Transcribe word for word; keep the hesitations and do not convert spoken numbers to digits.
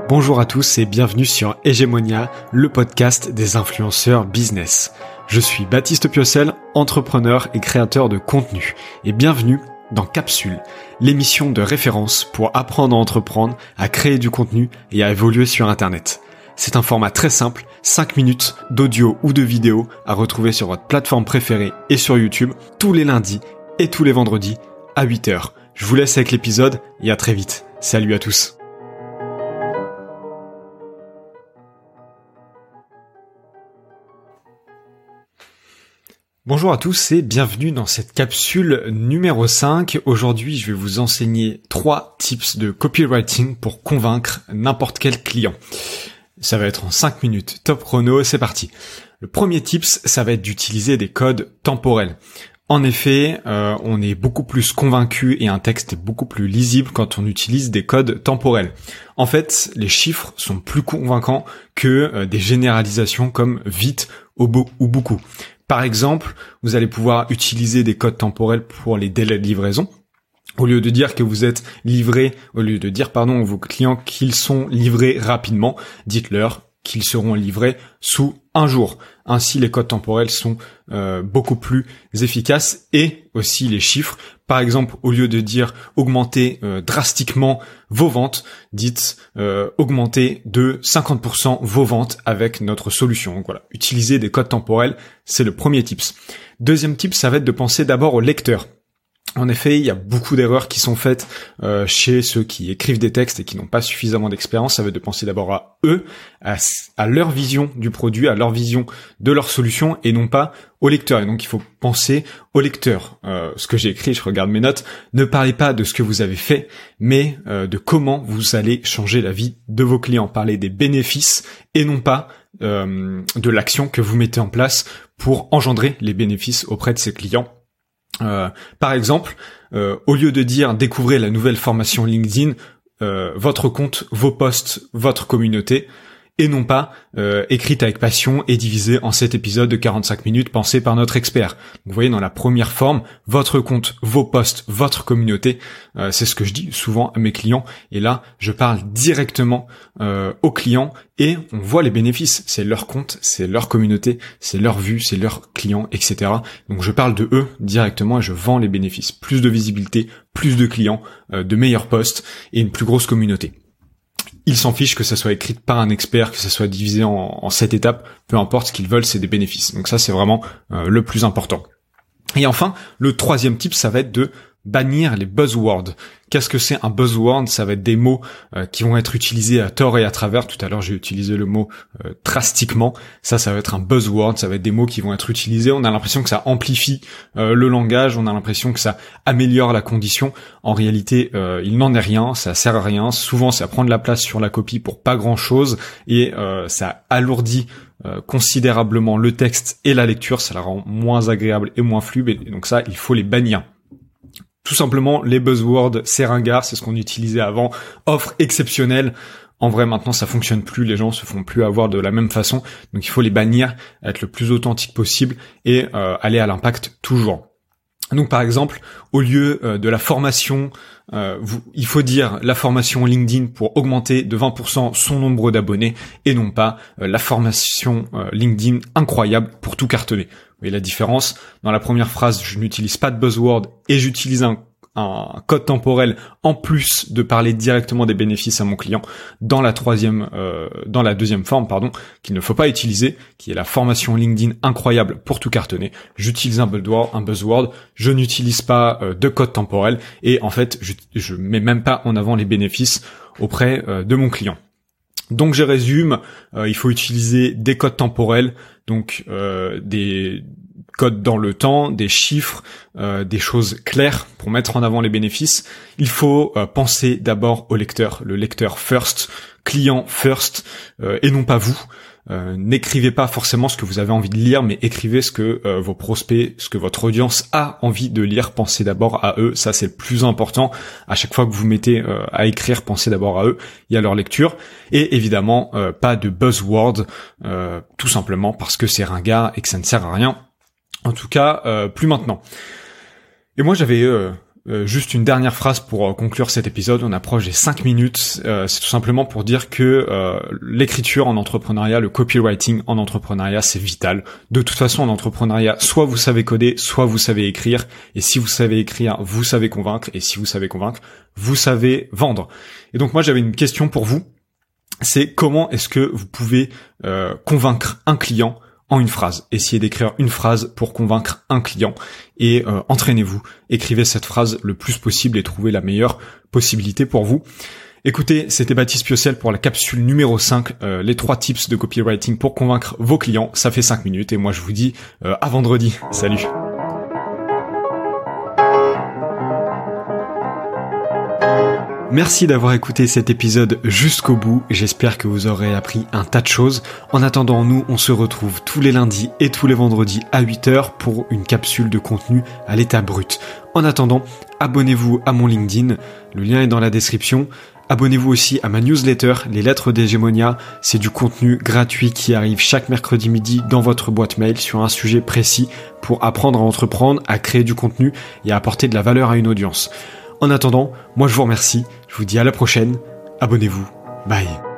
Bonjour à tous et bienvenue sur Hegemonia, le podcast des influenceurs business. Je suis Baptiste Piocel, entrepreneur et créateur de contenu. Et bienvenue dans Capsule, l'émission de référence pour apprendre à entreprendre, à créer du contenu et à évoluer sur Internet. C'est un format très simple, cinq minutes d'audio ou de vidéo à retrouver sur votre plateforme préférée et sur YouTube tous les lundis et tous les vendredis à huit heures. Je vous laisse avec l'épisode et à très vite. Salut à tous. Bonjour à tous et bienvenue dans cette capsule numéro cinq. Aujourd'hui, je vais vous enseigner trois tips de copywriting pour convaincre n'importe quel client. Ça va être en cinq minutes. Top chrono, c'est parti. Le premier tips, ça va être d'utiliser des codes temporels. En effet, euh, on est beaucoup plus convaincu et un texte est beaucoup plus lisible quand on utilise des codes temporels. En fait, les chiffres sont plus convaincants que euh, des généralisations comme vite ou, beau, ou beaucoup. Par exemple, vous allez pouvoir utiliser des codes temporels pour les délais de livraison. Au lieu de dire que vous êtes livré, au lieu de dire, pardon, à vos clients qu'ils sont livrés rapidement, dites-leur qu'ils seront livrés sous un jour. Ainsi, les codes temporels sont euh, beaucoup plus efficaces et aussi les chiffres. Par exemple, au lieu de dire augmenter euh, drastiquement vos ventes, dites euh, augmenter de cinquante pour cent vos ventes avec notre solution. Donc voilà, utiliser des codes temporels, c'est le premier tips. Deuxième tip, ça va être de penser d'abord au lecteur. En effet, il y a beaucoup d'erreurs qui sont faites euh, chez ceux qui écrivent des textes et qui n'ont pas suffisamment d'expérience. Ça va être de penser d'abord à eux, à, à leur vision du produit, à leur vision de leur solution et non pas au lecteur. Et donc, il faut penser au lecteur. Euh, ce que j'ai écrit, je regarde mes notes, ne parlez pas de ce que vous avez fait, mais euh, de comment vous allez changer la vie de vos clients. Parlez des bénéfices et non pas euh, de l'action que vous mettez en place pour engendrer les bénéfices auprès de ces clients. Euh, par exemple, euh, au lieu de dire découvrez la nouvelle formation LinkedIn, euh, votre compte, vos posts, votre communauté, et non pas euh, écrite avec passion et divisée en sept épisodes de quarante-cinq minutes pensés par notre expert. Vous voyez, dans la première forme, votre compte, vos posts, votre communauté, euh, c'est ce que je dis souvent à mes clients. Et là, je parle directement euh, aux clients et on voit les bénéfices. C'est leur compte, c'est leur communauté, c'est leur vue, c'est leurs clients, et cetera. Donc je parle de eux directement et je vends les bénéfices. Plus de visibilité, plus de clients, euh, de meilleurs posts et une plus grosse communauté. Ils s'en fichent que ça soit écrit par un expert, que ça soit divisé en, en sept étapes, peu importe, ce qu'ils veulent, c'est des bénéfices. Donc ça, c'est vraiment euh, le plus important. Et enfin, le troisième type, ça va être de bannir les buzzwords. Qu'est-ce que c'est un buzzword? Ça va être des mots euh, qui vont être utilisés à tort et à travers. Tout à l'heure, j'ai utilisé le mot euh, drastiquement. Ça, ça va être un buzzword. Ça va être des mots qui vont être utilisés. On a l'impression que ça amplifie euh, le langage. On a l'impression que ça améliore la condition. En réalité, euh, il n'en est rien. Ça sert à rien. Souvent, ça prend de la place sur la copie pour pas grand-chose et euh, ça alourdit euh, considérablement le texte et la lecture. Ça la rend moins agréable et moins fluide. Et donc ça, il faut les bannir. Tout simplement, les buzzwords, c'est ringard, c'est ce qu'on utilisait avant. Offre exceptionnelle. En vrai, maintenant, ça fonctionne plus. Les gens se font plus avoir de la même façon. Donc, il faut les bannir, être le plus authentique possible et euh, aller à l'impact toujours. Donc, par exemple, au lieu euh, de la formation, euh, vous, il faut dire la formation LinkedIn pour augmenter de vingt pour cent son nombre d'abonnés et non pas euh, la formation euh, LinkedIn incroyable pour tout cartonner. Vous voyez la différence? Dans la première phrase, je n'utilise pas de buzzword et j'utilise un, un code temporel en plus de parler directement des bénéfices à mon client. Dans la troisième, euh, dans la deuxième forme, pardon, qu'il ne faut pas utiliser, qui est la formation LinkedIn incroyable pour tout cartonner. J'utilise un buzzword, un buzzword. Je n'utilise pas euh, de code temporel et en fait, je, je mets même pas en avant les bénéfices auprès euh, de mon client. Donc je résume, euh, il faut utiliser des codes temporels, donc euh, des codes dans le temps, des chiffres, euh, des choses claires pour mettre en avant les bénéfices. Il faut euh, penser d'abord au lecteur, le lecteur first, client first, euh, et non pas vous. Euh, n'écrivez pas forcément ce que vous avez envie de lire, mais écrivez ce que euh, vos prospects, ce que votre audience a envie de lire. Pensez d'abord à eux, ça c'est le plus important. À chaque fois que vous mettez euh, à écrire, pensez d'abord à eux et à leur lecture. Et évidemment, euh, pas de buzzword, euh, tout simplement parce que c'est ringard et que ça ne sert à rien. En tout cas, euh, plus maintenant. Et moi, j'avais euh, Euh, juste une dernière phrase pour euh, conclure cet épisode. On approche des cinq minutes. Euh, c'est tout simplement pour dire que euh, l'écriture en entrepreneuriat, le copywriting en entrepreneuriat, c'est vital. De toute façon, en entrepreneuriat, soit vous savez coder, soit vous savez écrire. Et si vous savez écrire, vous savez convaincre. Et si vous savez convaincre, vous savez vendre. Et donc moi, j'avais une question pour vous. C'est comment est-ce que vous pouvez euh, convaincre un client en une phrase. Essayez d'écrire une phrase pour convaincre un client et euh, entraînez-vous. Écrivez cette phrase le plus possible et trouvez la meilleure possibilité pour vous. Écoutez, c'était Baptiste Piocel pour la capsule numéro cinq, euh, les trois tips de copywriting pour convaincre vos clients. Ça fait cinq minutes et moi je vous dis euh, à vendredi. Salut. Merci d'avoir écouté cet épisode jusqu'au bout, j'espère que vous aurez appris un tas de choses. En attendant, nous, on se retrouve tous les lundis et tous les vendredis à huit heures pour une capsule de contenu à l'état brut. En attendant, abonnez-vous à mon LinkedIn, le lien est dans la description. Abonnez-vous aussi à ma newsletter, les lettres d'Hégémonia. C'est du contenu gratuit qui arrive chaque mercredi midi dans votre boîte mail sur un sujet précis pour apprendre à entreprendre, à créer du contenu et à apporter de la valeur à une audience. En attendant, moi je vous remercie, je vous dis à la prochaine, abonnez-vous, bye.